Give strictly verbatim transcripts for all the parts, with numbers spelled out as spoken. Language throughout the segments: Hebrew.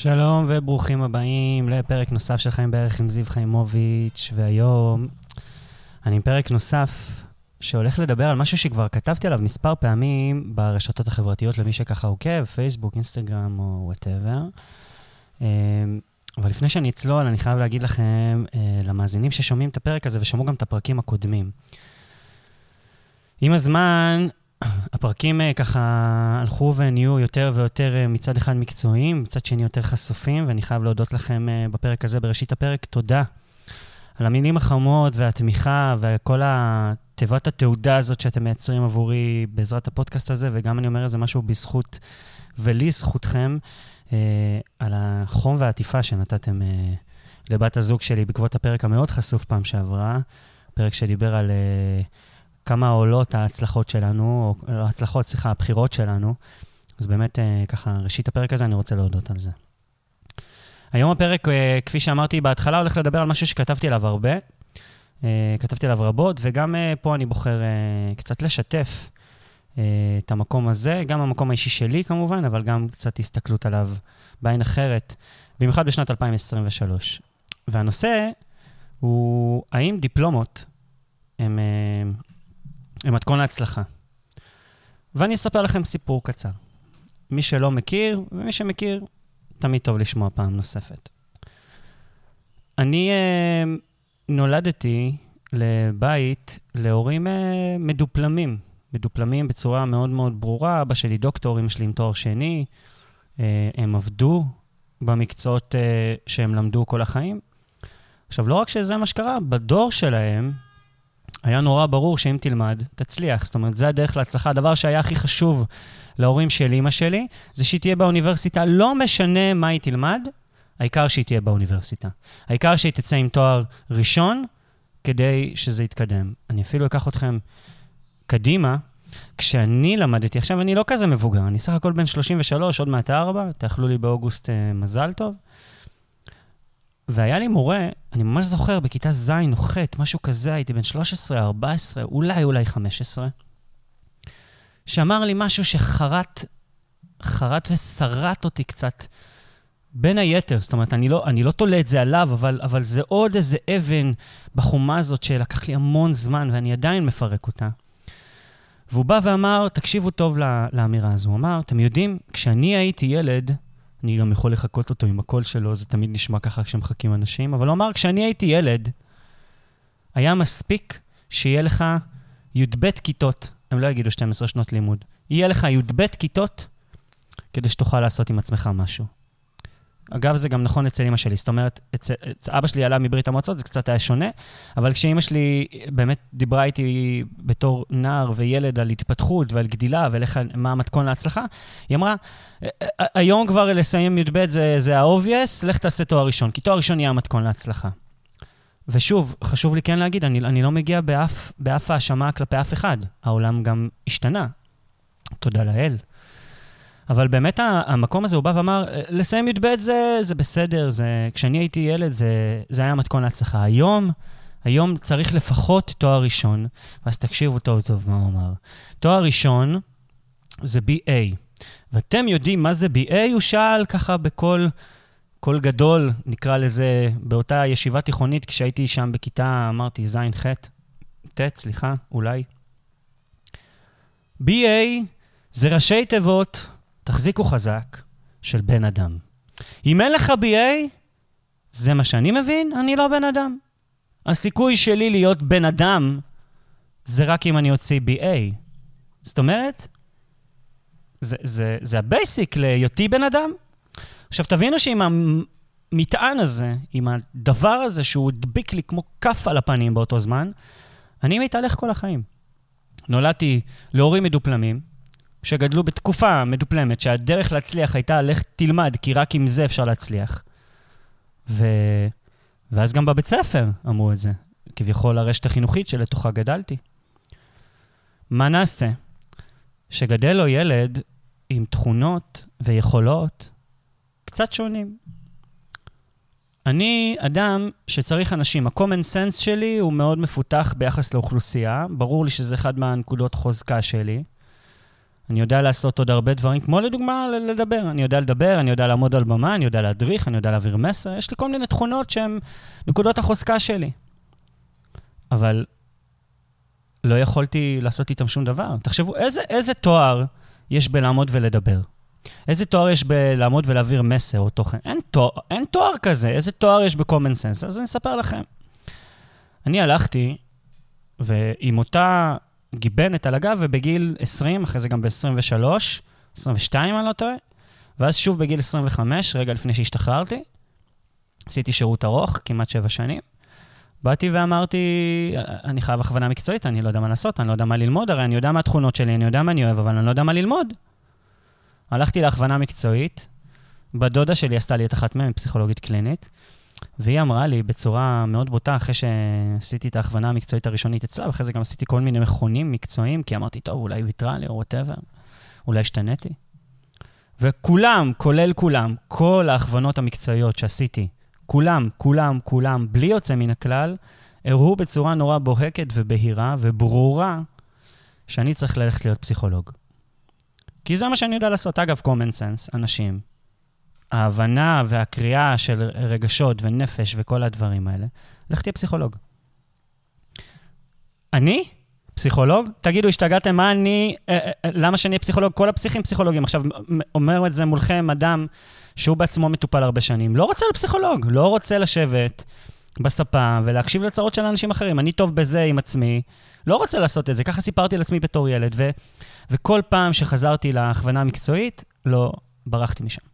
שלום וברוכים הבאים לפרק נוסף של חיים בערך עם זיו חיימוביץ', והיום אני עם פרק נוסף שהולך לדבר על משהו שכבר כתבתי עליו מספר פעמים ברשתות החברתיות למי שככה עוקב, פייסבוק, אינסטגרם או whatever. אבל לפני שאני אצלול, אני חייב להגיד לכם, למאזינים ששומעים את הפרק הזה ושמעו גם את הפרקים הקודמים. עם הזמן, הפרקים ככה הלכו ונהיו יותר ויותר מצד אחד מקצועיים, מצד שני יותר חשופים, ואני חייב להודות לכם בפרק הזה, בראשית הפרק, תודה על המילים החמות והתמיכה וכל התיבת התעודה הזאת שאתם מייצרים עבורי בעזרת הפודקאסט הזה, וגם אני אומר איזה משהו בזכות ולי זכותכם, על החום והעטיפה שנתתם לבת הזוג שלי בעקבות הפרק המאוד חשוף פעם שעברה, פרק שדיבר על כמה עולות ההצלחות שלנו, או לא הצלחות, סליחה, הבחירות שלנו. אז באמת, ככה, ראשית הפרק הזה, אני רוצה להודות על זה. היום הפרק, כפי שאמרתי בהתחלה, הולך לדבר על משהו שכתבתי עליו הרבה. כתבתי עליו רבות, וגם פה אני בוחר קצת לשתף את המקום הזה, גם המקום האישי שלי כמובן, אבל גם קצת הסתכלות עליו בעין אחרת, במיוחד בשנת אלפיים עשרים ושלוש. והנושא הוא, האם דיפלומות הם... הם מתכון להצלחה. ואני אספר לכם סיפור קצר. מי שלא מכיר, ומי שמכיר, תמיד טוב לשמוע פעם נוספת. אני אה, נולדתי לבית להורים אה, מדופלמים. מדופלמים בצורה מאוד מאוד ברורה. אבא שלי דוקטור, אמא שלי עם תואר שני. אה, הם עבדו במקצועות אה, שהם למדו כל החיים. עכשיו, לא רק שזה מה שקרה, בדור שלהם, היה נורא ברור שאם תלמד, תצליח. זאת אומרת, זה הדרך להצלחה. הדבר שהיה הכי חשוב להורים של אמא שלי, זה שהיא תהיה באוניברסיטה. לא משנה מה היא תלמד, העיקר שהיא תהיה באוניברסיטה. העיקר שהיא תצא עם תואר ראשון, כדי שזה יתקדם. אני אפילו אקח אתכם קדימה. כשאני למדתי, עכשיו אני לא כזה מבוגר, אני סך הכל בן שלושים ושלוש, עוד מעט ארבע, תאכלו לי באוגוסט אה, מזל טוב. והיה לי מורה, אני ממש זוכר, בכיתה ז' או ח', משהו כזה, הייתי בן שלוש עשרה, ארבע עשרה, אולי, אולי חמש עשרה, שאמר לי משהו שחרט, חרט ושרט אותי קצת בין היתר. זאת אומרת, אני לא, אני לא תולה את זה עליו, אבל, אבל זה עוד איזה אבן בחומה הזאת שלקח לי המון זמן, ואני עדיין מפרק אותה. והוא בא ואמר, תקשיבו טוב לאמירה הזו. הוא אמר, אתם יודעים, כשאני הייתי ילד, אני גם יכול לחכות אותו עם הקול שלו, זה תמיד נשמע ככה כשמחכים אנשים, אבל הוא אמר, כשאני הייתי ילד, היה מספיק שיהיה לך י"ב כיתות, הם לא יגידו שתים עשרה שנות לימוד, יהיה לך י"ב כיתות, כדי שתוכל לעשות עם עצמך משהו. אגב, זה גם נכון אצל אמא שלי, זאת אומרת, אצל, אצל אבא שלי עלה מברית המועצות, זה קצת היה שונה, אבל כשאמא שלי באמת דיברה איתי בתור נער וילד על התפתחות ועל גדילה ומה המתכון להצלחה, היא אמרה, היום כבר לסיים י"ב זה, זה ה-obvious, לך תעשה תואר ראשון, כי תואר ראשון יהיה המתכון להצלחה. ושוב, חשוב לי כן להגיד, אני, אני לא מגיע באף, באף האשמה כלפי אף אחד, העולם גם השתנה, תודה לאל. אבל באמת המקום הזה הוא בא ואמר, לסיים י"ב זה, זה בסדר, זה, כשאני הייתי ילד זה, זה היה מתכון להצלחה. היום, היום צריך לפחות תואר ראשון, ואז תקשיבו טוב טוב מה הוא אמר. תואר ראשון זה בי איי, ואתם יודעים מה זה בי איי? הוא שאל ככה בכל כל גדול, נקרא לזה, באותה ישיבה תיכונית, כשהייתי שם בכיתה, אמרתי זין ח' ט', סליחה, אולי. בי איי זה ראשי תיבות, תחזיקו חזק, של בן אדם. אם אין לך בי איי, זה מה שאני מבין, אני לא בן אדם. הסיכוי שלי להיות בן אדם, זה רק אם אני אוציא בי איי. זאת אומרת, זה, זה, זה הבייסיק להיותי בן אדם. עכשיו תבינו שעם המטען הזה, עם הדבר הזה שהוא דביק לי כמו כף על הפנים באותו זמן, אני מתהלך כל החיים. נולדתי להורים מדופלמים, שגדלו בתקופה מדופלמת, שהדרך להצליח הייתה, לך תלמד, כי רק עם זה אפשר להצליח. ו... ואז גם בבית ספר אמרו את זה, כביכול הרשת החינוכית שלתוכה גדלתי. מה נעשה? שגדל לו ילד עם תכונות ויכולות קצת שונים. אני אדם שצריך אנשים. ה-common sense שלי הוא מאוד מפותח ביחס לאוכלוסייה. ברור לי שזה אחד מהנקודות חוזקה שלי. אני יודע לעשות עוד הרבה דברים, כמו לדוגמה לדבר. אני יודע לדבר, אני יודע לעמוד על במה, אני יודע להדריך, אני יודע להעביר מסר. יש לי כל מיני תכונות שהן נקודות החוזקה שלי. אבל לא יכולתי לעשות איתם שום דבר. תחשבו, איזה, איזה תואר יש בלעמוד ולדבר? איזה תואר יש בלעמוד ולהעביר מסר או תוכן? אין תואר, אין תואר כזה. איזה תואר יש ב-common sense? אז אני אספר לכם. אני הלכתי, ועם אותה גיבנת על הגב, ובגיל עשרים, אחרי זה גם ב-עשרים ושלוש, עשרים ושתיים אני לא טועה, ואז שוב בגיל עשרים וחמש, רגע לפני שהשתחררתי, עשיתי שירות ארוך, כמעט שבע שנים, באתי ואמרתי, אני חייב הכוונה מקצועית, אני לא יודע מה לעשות, אני לא יודע מה ללמוד, הרי אני יודע מה התכונות שלי, אני יודע מה אני אוהב, אבל אני לא יודע מה ללמוד. הלכתי להכוונה מקצועית, בדודה שלי עשתה לי את אחת מהם, פסיכולוגית קלינית, והיא אמרה לי בצורה מאוד בוטה, אחרי שעשיתי את ההכוונה המקצועית הראשונית אצלה, ואחרי זה גם עשיתי כל מיני מכונים מקצועיים, כי אמרתי, טוב, אולי ויתרה לי או whatever, אולי השתניתי. וכולם, כולל כולם, כל ההכוונות המקצועיות שעשיתי, כולם, כולם, כולם, בלי יוצא מן הכלל, הראו בצורה נורא בוהקת ובהירה וברורה, שאני צריך ללכת להיות פסיכולוג. כי זה מה שאני יודע לעשות. אגב, common sense, אנשים. ההבנה והקריאה של רגשות ונפש וכל הדברים האלה, לכתי פסיכולוג. אני? פסיכולוג? תגידו, השתגעתם מה אני, אה, אה, למה שאני פסיכולוג? כל הפסיכים פסיכולוגים. עכשיו, אומר את זה מולכם אדם שהוא בעצמו מטופל הרבה שנים. לא רוצה לפסיכולוג, לא רוצה לשבת בספה ולהקשיב לצרות של אנשים אחרים. אני טוב בזה עם עצמי, לא רוצה לעשות את זה. ככה סיפרתי לעצמי בתור ילד, ו, וכל פעם שחזרתי להכוונה המקצועית, לא ברחתי משם.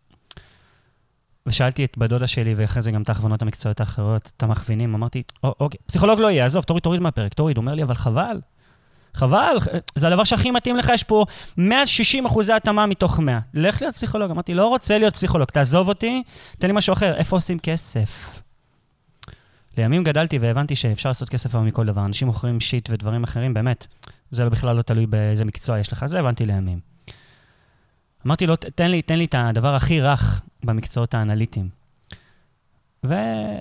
ושאלתי את בדודה שלי, ואחרי זה גם את ההכוונות המקצועיות האחרות, את המכווינים, אמרתי, אוקיי, פסיכולוג לא יהיה, עזוב, תוריד, תוריד מהפרק, תוריד. הוא אומר לי, אבל חבל, חבל, זה הדבר שהכי מתאים לך, יש פה מאה ושישים אחוזי התאמה מתוך מאה. לך להיות פסיכולוג. אמרתי, לא רוצה להיות פסיכולוג, תעזוב אותי, תן לי משהו אחר, איפה עושים כסף? לימים גדלתי והבנתי שאפשר לעשות כסף מכל דבר, אנשים מוכרים שיט ודברים אחרים, באמת, זה בכלל לא תלוי באיזה מקצוע יש לך, זה הבנתי לימים. אמרתי לו, תן לי, תן לי את הדבר הכי רך במקצועות האנליטיים. והוא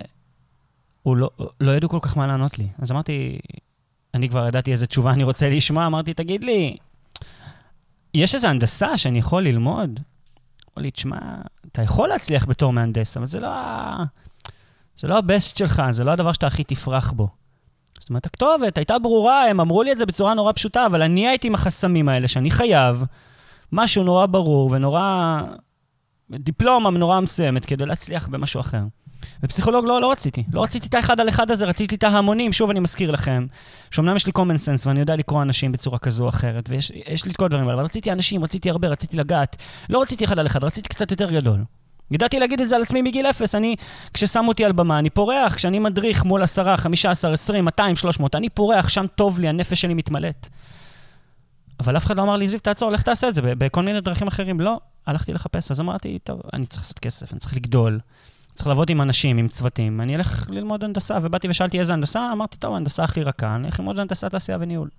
לא, לא ידעו כל כך מה לענות לי. אז אמרתי, אני כבר ידעתי איזה תשובה אני רוצה לשמוע, אמרתי, תגיד לי, יש איזו הנדסה שאני יכול ללמוד? אמר לי, תשמע, אתה יכול להצליח בתור מהנדס, אבל זה לא, זה לא הבסט שלך, זה לא הדבר שאתה הכי תפרח בו. זאת אומרת, הכתובת הייתה ברורה, הם אמרו לי את זה בצורה נורא פשוטה, אבל אני הייתי עם החסמים האלה שאני חייב, משהו נורא ברור ונורא, דיפלומה נורא מסוימת כדי להצליח במשהו אחר. ופסיכולוג לא, לא רציתי. לא רציתי את האחד על אחד הזה, רציתי את ההמונים. שוב אני מזכיר לכם, שאומנם יש לי common sense ואני יודע לקרוא אנשים בצורה כזו או אחרת, ויש יש לי את כל הדברים האלה, אבל רציתי אנשים, רציתי הרבה, רציתי לגעת. לא רציתי אחד על אחד, רציתי קצת יותר גדול. ידעתי להגיד את זה על עצמי מגיל אפס. אני, כששמו אותי על במה, אני פורח. כשאני מדריך מול עשרה, חמישה עשר, עשרים, מאתיים, שלוש מאות, אני פורח, שם טוב לי, הנפש שלי מתמלאת. אבל אף אחד לא אמר לי, זיו, תעצור, לך תעשה את זה, בכל מיני דרכים אחרים. לא, הלכתי לחפש, אז אמרתי, טוב, אני צריך לעשות כסף, אני צריך לגדול, צריך לעבוד עם אנשים, עם צוותים, אני אלך ללמוד הנדסה, ובאתי ושאלתי איזה הנדסה, אמרתי, טוב, הנדסה הכי רכה, אני אלך ללמוד הנדסה, תעשייה וניהול.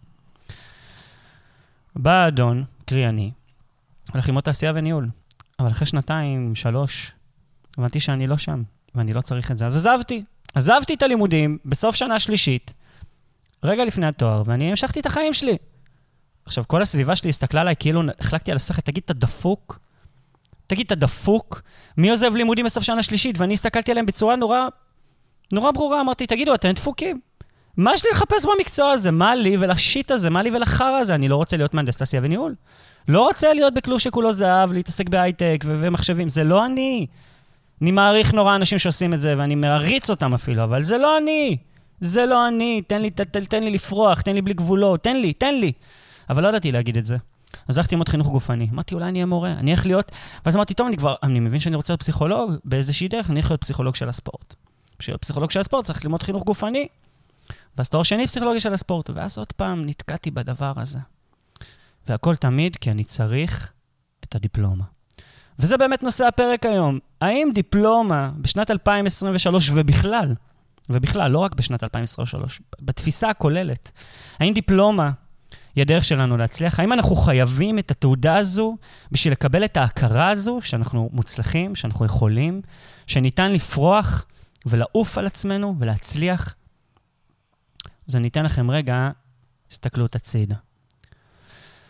בא אדון, קרי אני, הולך ללמוד תעשייה וניהול, אבל אחרי שנתיים, שלוש, הבנתי שאני לא שם, ואני לא צריך את זה, אז עזבתי, עזבתי את הלימודים, בסוף שנה שלישית, רגע לפני התואר, ואני המשכתי את החיים שלי. עכשיו, כל הסביבה שלי הסתכלה עליי, כאילו החלקתי על השחק, תגיד את הדפוק, תגיד את הדפוק, מי עוזב לימודים בסוף שנה שלישית? ואני הסתכלתי עליהם בצורה נורא, נורא ברורה, אמרתי, תגידו, אתם דפוקים? מה יש לי לחפש במקצוע הזה? מה לי ולשיט הזה? מה לי ולחר הזה? אני לא רוצה להיות מהנדס תעשייה וניהול. לא רוצה להיות בכלוב שכולו זהב, להתעסק בהייטק ו- ומחשבים. זה לא אני. אני מעריך נורא אנשים שעושים את זה, ואני מעריץ אותם אפילו, אבל זה לא אני. זה לא אני. תן לי, ת- ת- תן לי לפרוח, תן לי בלי גבולות, תן לי, תן לי. אבל לא ידעתי להגיד את זה. אז הלכתי ללמוד חינוך גופני. אמרתי, אולי אני אהיה מורה, אני איך להיות... ואז אמרתי, טוב, אני כבר, אני מבין שאני רוצה להיות פסיכולוג, באיזושהי דרך, אני איך להיות פסיכולוג של הספורט. בשביל להיות פסיכולוג של הספורט, צריך ללמוד חינוך גופני. ואז תואר שני פסיכולוגיה של הספורט. ואז עוד פעם נתקעתי בדבר הזה. והכל תמיד כי אני צריך את הדיפלומה. וזה באמת נושא הפרק היום. האם דיפלומה בשנת אלפיים עשרים ושלוש ובכלל, ובכלל, לא רק בשנת אלפיים עשרים ושלוש, בתפיסה הכוללת, האם דיפלומה היא הדרך שלנו להצליח? האם אנחנו חייבים את התעודה הזו בשביל לקבל את ההכרה הזו שאנחנו מוצלחים, שאנחנו יכולים, שניתן לפרוח ולעוף על עצמנו ולהצליח? אז אני אתן לכם רגע, הסתכלות הצידה.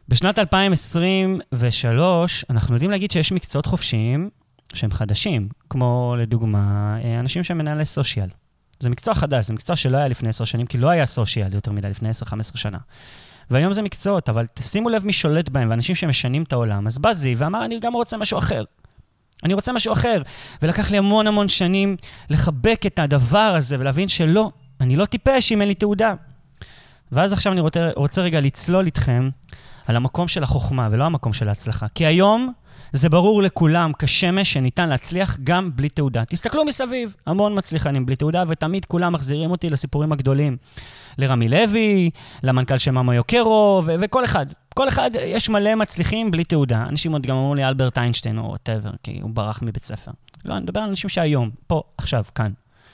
בשנת אלפיים עשרים ושלוש, אנחנו יודעים להגיד שיש מקצועות חופשיים שהם חדשים, כמו לדוגמה, אנשים שמנהלי סושיאל. זה מקצוע חדש, זה מקצוע שלא היה לפני עשר שנים, כי לא היה סושיאל יותר מדי לפני עשר חמש עשרה שנה. והיום זה מקצועות, אבל תשימו לב מי שולט בהם, ואנשים שמשנים את העולם. אז בא זיו ואמר, אני גם רוצה משהו אחר. אני רוצה משהו אחר. ולקח לי המון המון שנים לחבק את הדבר הזה, ולהבין שלא, אני לא טיפש אם אין לי תעודה. ואז עכשיו אני רוצה, רוצה רגע לצלול איתכם על המקום של החוכמה, ולא המקום של ההצלחה. כי היום זה ברור לכולם כשמש שניתן להצליח גם בלי תעודה. תסתכלו מסביב, המון מצליחנים בלי תעודה, ותמיד כולם מחזירים אותי לסיפורים הגדולים. לרמי לוי, למנכ"ל של מאמו יוקרו, ו- וכל אחד. כל אחד, יש מלא מצליחים בלי תעודה. אנשים עוד גם אמרו לי אלברט איינשטיין או whatever, כי הוא ברח מבית ספר. לא, אני מדבר על אנשים שהיום, פה, עכשיו, כאן.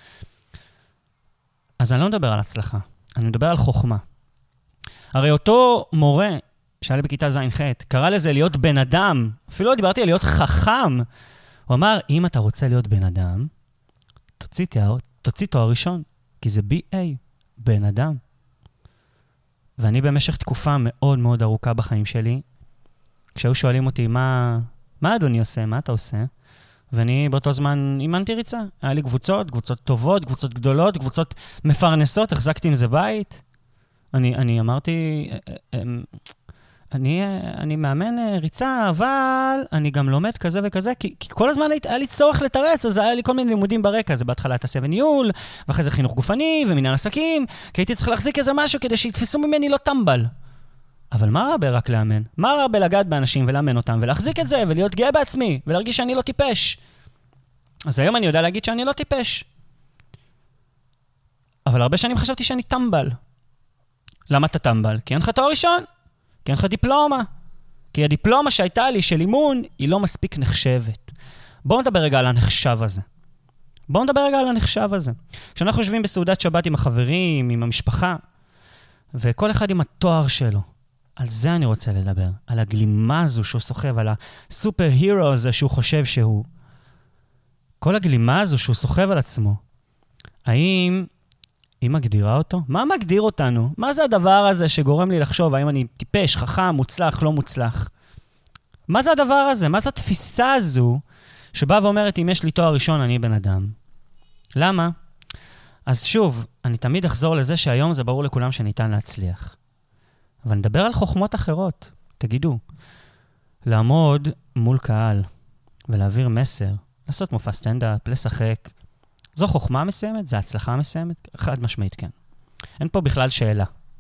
אז אני לא מדבר על הצלחה, אני מדבר על חוכמה. הרי אותו מורה, שהיה לי בכיתה זין ח', קרא לזה להיות בן אדם, אפילו לא דיברתי על להיות חכם. הוא אמר, אם אתה רוצה להיות בן אדם, תוציא תואר, תוציא תואר ראשון, כי זה בי איי, בן אדם. ואני במשך תקופה מאוד מאוד ארוכה בחיים שלי, כשהיו שואלים אותי, מה, מה אדוני עושה, מה אתה עושה? ואני באותו זמן אימנתי ריצה. היה לי קבוצות, קבוצות טובות, קבוצות גדולות, קבוצות מפרנסות, החזקתי עם זה בית. אני, אני אמרתי, אני, אני מאמן ריצה, אבל אני גם לומד כזה וכזה, כי, כי כל הזמן היה לי צורך לתרץ, אז היה לי כל מיני לימודים ברקע, זה בהתחלה תעשייה וניהול, ואחרי זה חינוך גופני ומנהל עסקים, כי הייתי צריך להחזיק איזה משהו כדי שיתפסו ממני לא טמבל. אבל מה רע ברק לאמן? מה רע בלגעת באנשים ולאמן אותם, ולהחזיק את זה, ולהיות גאה בעצמי, ולהרגיש שאני לא טיפש? אז היום אני יודע להגיד שאני לא טיפש. אבל הרבה שנים חשבתי שאני טמבל. למה אתה טמבל? כי אין לך תואר ראשון, כי אין לך דיפלומה. כי הדיפלומה שהייתה לי של אימון, היא לא מספיק נחשבת. בואו נדבר רגע על הנחשב הזה. בואו נדבר רגע על הנחשב הזה. כשאנחנו יושבים בסעודת שבת עם החברים, עם המשפחה, וכל אחד עם התואר שלו, על זה אני רוצה לדבר. על הגלימה הזו שהוא סוחב, על הסופר הירו הזה שהוא חושב שהוא. כל הגלימה הזו שהוא סוחב על עצמו. האם היא מגדירה אותו? מה מגדיר אותנו? מה זה הדבר הזה שגורם לי לחשוב האם אני טיפש, חכם, מוצלח, לא מוצלח? מה זה הדבר הזה? מה זה התפיסה הזו שבאה ואומרת אם יש לי תואר ראשון אני בן אדם? למה? אז שוב, אני תמיד אחזור לזה שהיום זה ברור לכולם שניתן להצליח. אבל נדבר על חוכמות אחרות. תגידו, לעמוד מול קהל ולהעביר מסר, לעשות מופע סטנדאפ, לשחק, זו חוכמה מסוימת? זו הצלחה מסוימת? חד משמעית כן. אין פה בכלל שאלה.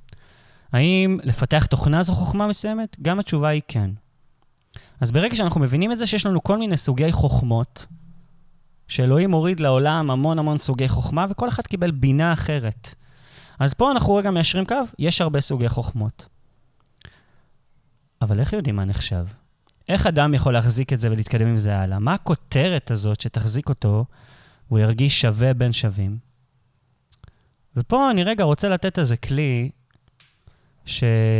האם לפתח תוכנה זו חוכמה מסוימת? גם התשובה היא כן. אז ברגע שאנחנו מבינים את זה שיש לנו כל מיני סוגי חוכמות, שאלוהים הוריד לעולם המון המון סוגי חוכמה, וכל אחד קיבל בינה אחרת. אז פה אנחנו רגע מיישרים קו, יש הרבה סוגי חוכמות. אבל איך יודעים מה נחשב? איך אדם יכול להחזיק את זה ולהתקדם עם זה הלאה? מה הכותרת הזאת שתחזיק אותו והוא ירגיש שווה בין שווים? ופה אני רגע רוצה לתת איזה כלי ש...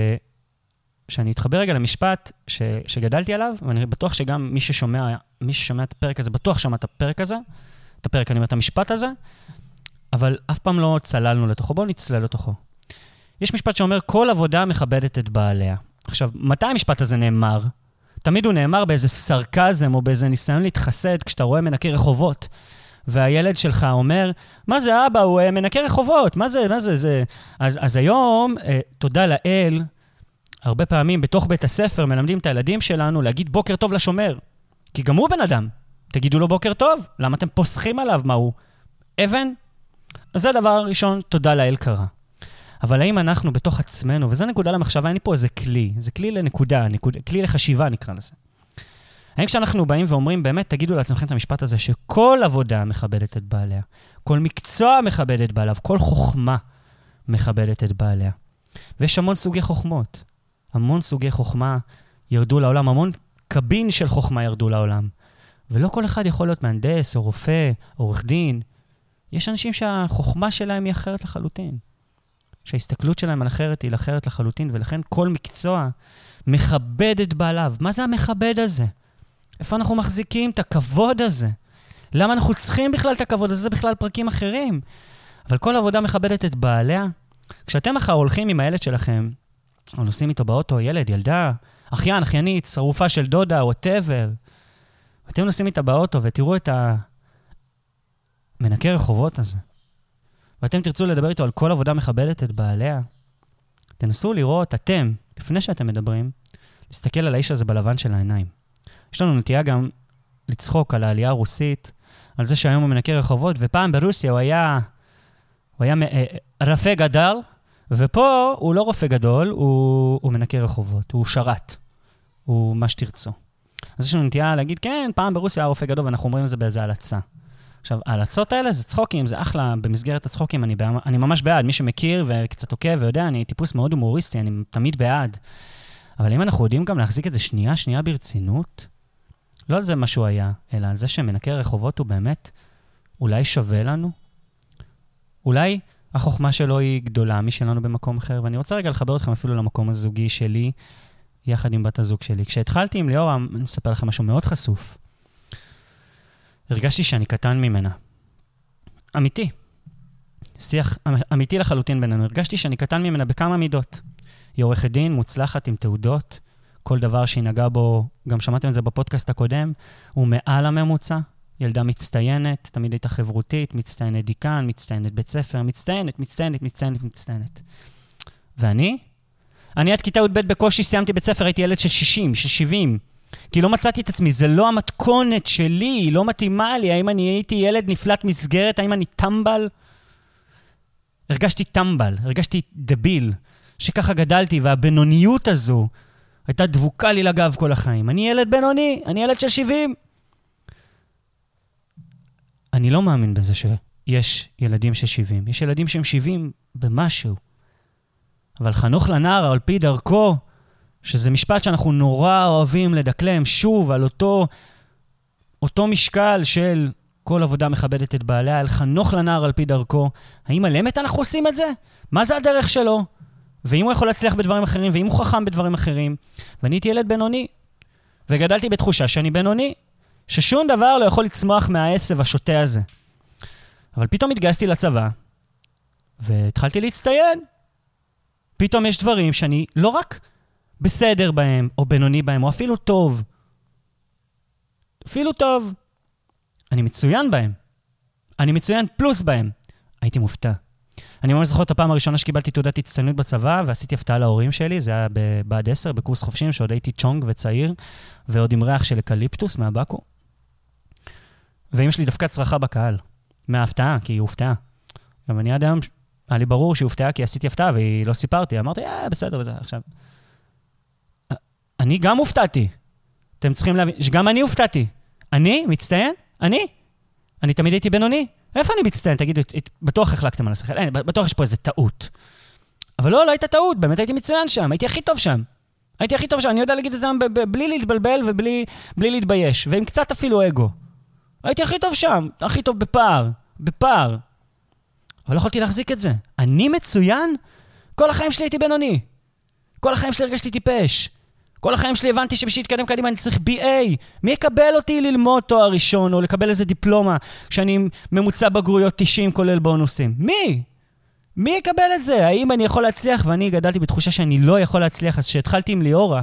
שאני אתחבר רגע למשפט ש... שגדלתי עליו, ואני בטוח שגם מי ששומע, מי ששומע את הפרק הזה, בטוח שמע את הפרק הזה, את הפרק, אני אומר את המשפט הזה, אבל אף פעם לא צללנו לתוכו, בואו נצלל לתוכו. יש משפט שאומר, כל עבודה מכבדת את בעליה. עכשיו, מתי המשפט הזה נאמר? תמיד הוא נאמר באיזה סרקזם או באיזה ניסיון להתחסד, כשאתה רואה מנקי רחובות, והילד שלך אומר, מה זה אבא, הוא מנקי רחובות, מה זה, מה זה, זה. אז, אז היום, אה, תודה לאל, הרבה פעמים בתוך בית הספר מלמדים את הילדים שלנו להגיד בוקר טוב לשומר, כי גם הוא בן אדם. תגידו לו בוקר טוב, למה אתם פוסחים עליו, מה הוא? אבן? אז זה הדבר הראשון, תודה לאל קרה. אבל האם אנחנו בתוך עצמנו, וזה נקודה למחשבה, אין לי פה איזה כלי, זה כלי לנקודה, נקודה, כלי לחשיבה נקרא לזה. האם כשאנחנו באים ואומרים, באמת תגידו לעצמכם את המשפט הזה, שכל עבודה מכבדת את בעליה, כל מקצוע מכבד את בעליו, כל חוכמה מכבדת את בעליה. ויש המון סוגי חוכמות, המון סוגי חוכמה ירדו לעולם, המון קבין של חוכמה ירדו לעולם. ולא כל אחד יכול להיות מהנדס או רופא, או עורך דין. יש אנשים שהחוכמה שלהם היא אחרת לחלוטין. שההסתכלות שלהם על אחרת היא אחרת לחלוטין, ולכן כל מקצוע מכבד את בעליו. מה זה המכבד הזה? איפה אנחנו מחזיקים את הכבוד הזה? למה אנחנו צריכים בכלל את הכבוד הזה? זה בכלל פרקים אחרים. אבל כל עבודה מכבדת את בעליה. כשאתם אחר הולכים עם הילד שלכם או נוסעים איתו באוטו, ילד, ילדה, אחיין, אחיינית, שרופה של דודה, whatever. ואתם נוסעים איתה באוטו ותראו את המנקה רחובות הזה. ואתם תרצו לדבר איתו על כל עבודה מכבדת את בעליה. תנסו לראות, אתם, לפני שאתם מדברים, להסתכל על האיש הזה בלבן של העיניים. יש לנו נטייה גם לצחוק על העלייה הרוסית, על זה שהיום הוא מנקה רחובות, ופעם ברוסיה הוא היה, הוא היה רופא גדל, ופה הוא לא רופא גדול, הוא, הוא מנקה רחובות, הוא שרת, הוא מה שתרצו. אז יש לנו נטייה להגיד, כן, פעם ברוסיה היה רופא גדול, ואנחנו אומרים את זה באיזה הלצה. עכשיו, ההלצות האלה זה צחוקים, זה אחלה, במסגרת הצחוקים, אני, אני ממש בעד, מי שמכיר וקצת עוקב ויודע, אני טיפוס מאוד הומוריסטי, אני תמיד בעד. אבל אם אנחנו יודעים גם להחזיק את זה שנייה, שנייה ברצינות, לא על זה מה שהוא היה, אלא על זה שמנקה רחובות הוא באמת אולי שווה לנו, אולי החוכמה שלו היא גדולה משלנו במקום אחר, ואני רוצה רגע לחבר אתכם אפילו למקום הזוגי שלי, יחד עם בת הזוג שלי. כשהתחלתי עם ליאורה, אני מספר לכם משהו מאוד חשוף. הרגשתי שאני קטן ממנה. אמיתי. שיח אמיתי לחלוטין בינינו. הרגשתי שאני קטן ממנה בכמה מידות. היא עורכת דין, מוצלחת עם תעודות. כל דבר שהיא נגעה בו, גם שמעתם את זה בפודקאסט הקודם, הוא מעל הממוצע. ילדה מצטיינת, תמיד הייתה חברותית, מצטיינת דיקן, מצטיינת בית ספר, מצטיינת, מצטיינת, מצטיינת, מצטיינת. ואני? אני עד כיתה י"ב בקושי סיימתי בית ספר, הייתי ילד של שישים, של שבעים. כי לא מצאתי את עצמי, זה לא המתכונת שלי, היא לא מתאימה לי, האם אני הייתי ילד נפלט מסגרת, האם אני טמבל? הרגשתי טמבל, הרגשתי דביל, שככה גדלתי, והבינוניות הזו הייתה דבוקה לי לגב כל החיים. אני ילד בינוני, אני ילד של שבעים. אני לא מאמין בזה שיש ילדים של שבעים, יש ילדים שהם שבעים במשהו. אבל חנוך לנער על פי דרכו, שזה משפט שאנחנו נורא אוהבים לדקלם שוב על אותו, אותו משקל של כל עבודה מכבדת את בעליה, על חנוך לנער על פי דרכו. האם על אמת אנחנו עושים את זה? מה זה הדרך שלו? ואם הוא יכול להצליח בדברים אחרים, ואם הוא חכם בדברים אחרים. ואני הייתי ילד בינוני, וגדלתי בתחושה שאני בינוני, ששום דבר לא יכול לצמוח מהעשב השוטה הזה. אבל פתאום התגייסתי לצבא, והתחלתי להצטיין. פתאום יש דברים שאני לא רק בסדר בהם, או בינוני בהם, או אפילו טוב. אפילו טוב. אני מצוין בהם. אני מצוין פלוס בהם. הייתי מופתע. אני ממש זוכר את הפעם הראשונה שקיבלתי תעודת הצטיינות בצבא, ועשיתי הפתעה להורים שלי, זה היה בבה"ד עשר, בקורס חופשים, שעוד הייתי צ'ונג וצעיר, ועוד עם ריח של אקליפטוס מהבקו. ואמא שלי דווקא צרחה בקהל, מההפתעה, כי היא הופתעה. גם אני עד היום, היה לי ברור שהיא הופתעה, כי עשיתי הפתעה, והיא לא סיפרתי, אמרתי, אה, בסדר, וזה, עכשיו. אני גם הופתעתי. אתם צריכים להבין, שגם אני הופתעתי. אני מצטיין? אני? אני תמיד הייתי בינוני. איפה אני מצטיין? תגידו, בטוח החלקתם על השכל. אין, בטוח יש פה איזה טעות. אבל לא, לא הייתה טעות. באמת הייתי מצוין שם. הייתי הכי טוב שם. הייתי הכי טוב שם. אני יודע להגיד את זה בלי להתבלבל ובלי בלי להתבייש. ועם קצת אפילו אגו. הייתי הכי טוב שם. הכי טוב בפער. בפער. אבל לא יכולתי להחזיק את זה. אני מצוין? כל החיים שלי הייתי בינוני. כל החיים שלי הרגשתי טיפש. כל החיים שלי הבנתי שבשביל להתקדם קדימה אני צריך בי איי. מי יקבל אותי ללמוד תואר ראשון או לקבל איזה דיפלומה כשאני ממוצע בגרויות תשעים כולל בונוסים? מי? מי יקבל את זה? האם אני יכול להצליח? ואני גדלתי בתחושה שאני לא יכול להצליח. אז שהתחלתי עם ליאורה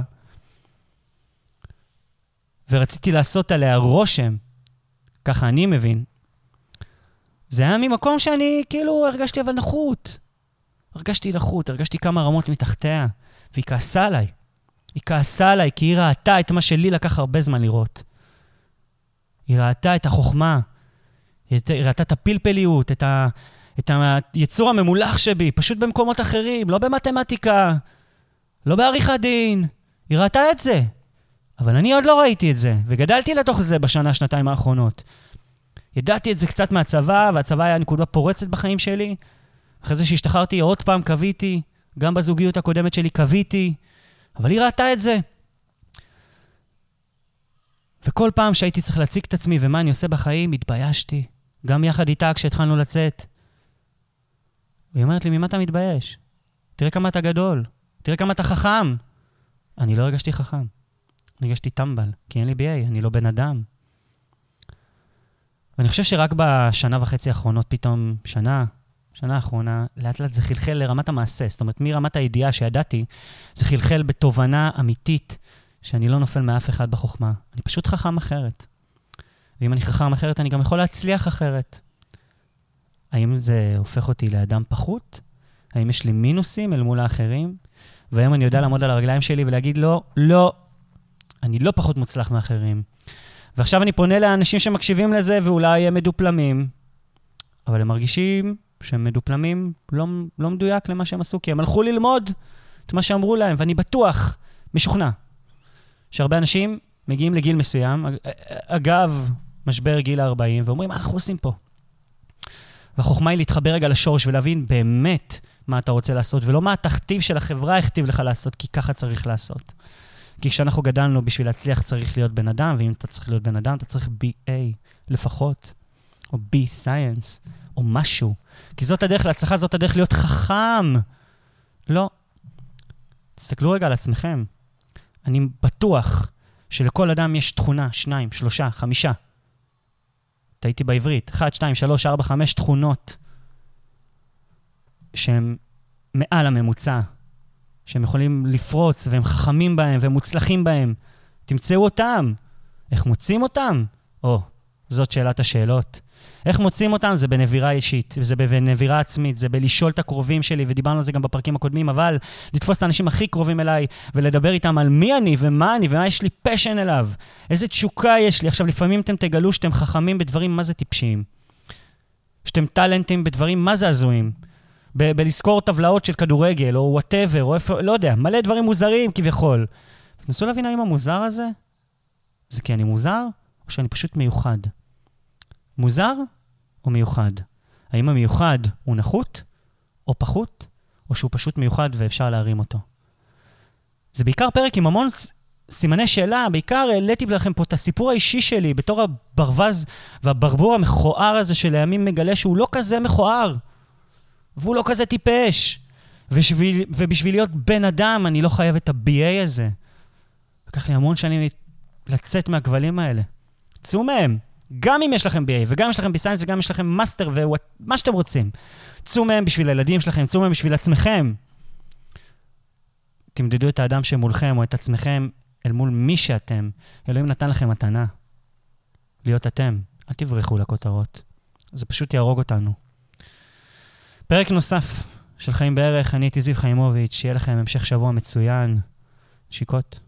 ורציתי לעשות עליה רושם, ככה אני מבין, זה היה ממקום שאני כאילו הרגשתי אבל נחות. הרגשתי נחות, הרגשתי כמה רמות מתחתיה, והיא כעסה עליי. היא כעסה עליי כי היא ראתה את מה שלי לקח הרבה זמן לראות. היא ראתה את החוכמה, היא ראתה את הפלפליות, את, ה, את היצור הממולח שבי, פשוט במקומות אחרים, לא במתמטיקה, לא בעריכת דין. היא ראתה את זה. אבל אני עוד לא ראיתי את זה, וגדלתי לתוך זה בשנה, שנתיים האחרונות. ידעתי את זה קצת מהצבא, והצבא היה נקודה פורצת בחיים שלי. אחרי זה שהשתחררתי, עוד פעם קוויתי, גם בזוגיות הקודמת שלי קוויתי, אבל היא ראתה את זה. וכל פעם שהייתי צריך להציג את עצמי ומה אני עושה בחיים, התביישתי. גם יחד איתה כשהתחלנו לצאת. והיא אומרת לי, ממה אתה מתבייש? תראה כמה אתה גדול. תראה כמה אתה חכם. אני לא הרגשתי חכם. אני הרגשתי טמבל, כי אין לי בי איי, אני לא בן אדם. ואני חושב שרק בשנה וחצי האחרונות, פתאום שנה, שנה האחרונה, לאט לאט זה חלחל לרמת המעשה. זאת אומרת, מרמת הידיעה שידעתי, זה חלחל בתובנה אמיתית, שאני לא נופל מאף אחד בחוכמה. אני פשוט חכם אחרת. ואם אני חכם אחרת, אני גם יכול להצליח אחרת. האם זה הופך אותי לאדם פחות? האם יש לי מינוסים אל מול האחרים? והיום אני יודע לעמוד על הרגליים שלי ולהגיד לא, לא, אני לא פחות מוצלח מאחרים. ועכשיו אני פונה לאנשים שמקשיבים לזה ואולי הם מדופלמים, אבל הם מרגישים שהם מדופלמים לא, לא מדויק למה שהם עשו, כי הם הלכו ללמוד את מה שאמרו להם, ואני בטוח, משוכנע, שהרבה אנשים מגיעים לגיל מסוים, אגב, משבר גיל ה-ארבעים, ואומרים, מה אנחנו עושים פה? והחוכמה היא להתחבר רגע לשורש ולהבין באמת מה אתה רוצה לעשות, ולא מה התכתיב של החברה הכתיב לך לעשות, כי ככה צריך לעשות. כי כשאנחנו גדלנו בשביל להצליח צריך להיות בן אדם, ואם אתה צריך להיות בן אדם, אתה צריך בי איי לפחות, או בי סיינס, או משהו. כי זאת הדרך להצלחה, זאת הדרך להיות חכם. לא. תסתכלו רגע על עצמכם. אני בטוח שלכל אדם יש תכונה, שניים, שלושה, חמישה. הייתי בעברית, אחת, שתיים, שלוש, ארבע, חמש תכונות שהם מעל הממוצע, שהם יכולים לפרוץ והם חכמים בהם והם מוצלחים בהם. תמצאו אותם. איך מוצאים אותם? או, זאת שאלת השאלות. איך מוצאים אותם? זה בנבירה אישית, זה בנבירה עצמית, זה בלשאול את הקרובים שלי, ודיברנו על זה גם בפרקים הקודמים, אבל לתפוס את האנשים הכי קרובים אליי, ולדבר איתם על מי אני ומה אני, ומה יש לי פשן אליו, איזה תשוקה יש לי. עכשיו, לפעמים אתם תגלו שאתם חכמים בדברים מה זה טיפשיים, שאתם טלנטים בדברים מה זה הזויים, ב- בלזכור טבלאות של כדורגל, או whatever, או איפה, לא יודע, מלא דברים מוזרים כביכול. תנסו להבין האם המוזר הזה, זה כי אני מוזר, או שאני פשוט מיוחד. מוזר או מיוחד? האם המיוחד הוא נחות או פחות, או שהוא פשוט מיוחד ואפשר להרים אותו? זה בעיקר פרק עם המון סימני שאלה, בעיקר העליתי לכם פה את הסיפור האישי שלי, בתור הברווז והברבור המכוער הזה שלימים מגלה שהוא לא כזה מכוער, והוא לא כזה טיפש, ובשביל, ובשביל להיות בן אדם אני לא חייב את ה-בי איי הזה. לקח לי המון שנים לצאת מהכבלים האלה. צאו מהם. גם אם יש לכם בי איי, וגם יש לכם בי-סיינס, וגם יש לכם מאסטר, ומה שאתם רוצים. צאו מהם בשביל הילדים שלכם, צאו מהם בשביל עצמכם. תמדדו את האדם שמולכם, או את עצמכם, אל מול מי שאתם. אלוהים נתן לכם מתנה. להיות אתם. אל תברחו לכותרות. זה פשוט יהרוג אותנו. פרק נוסף של חיים בערך, אני הייתי זיו חיימוביץ', שיהיה לכם המשך שבוע מצוין. שיקות.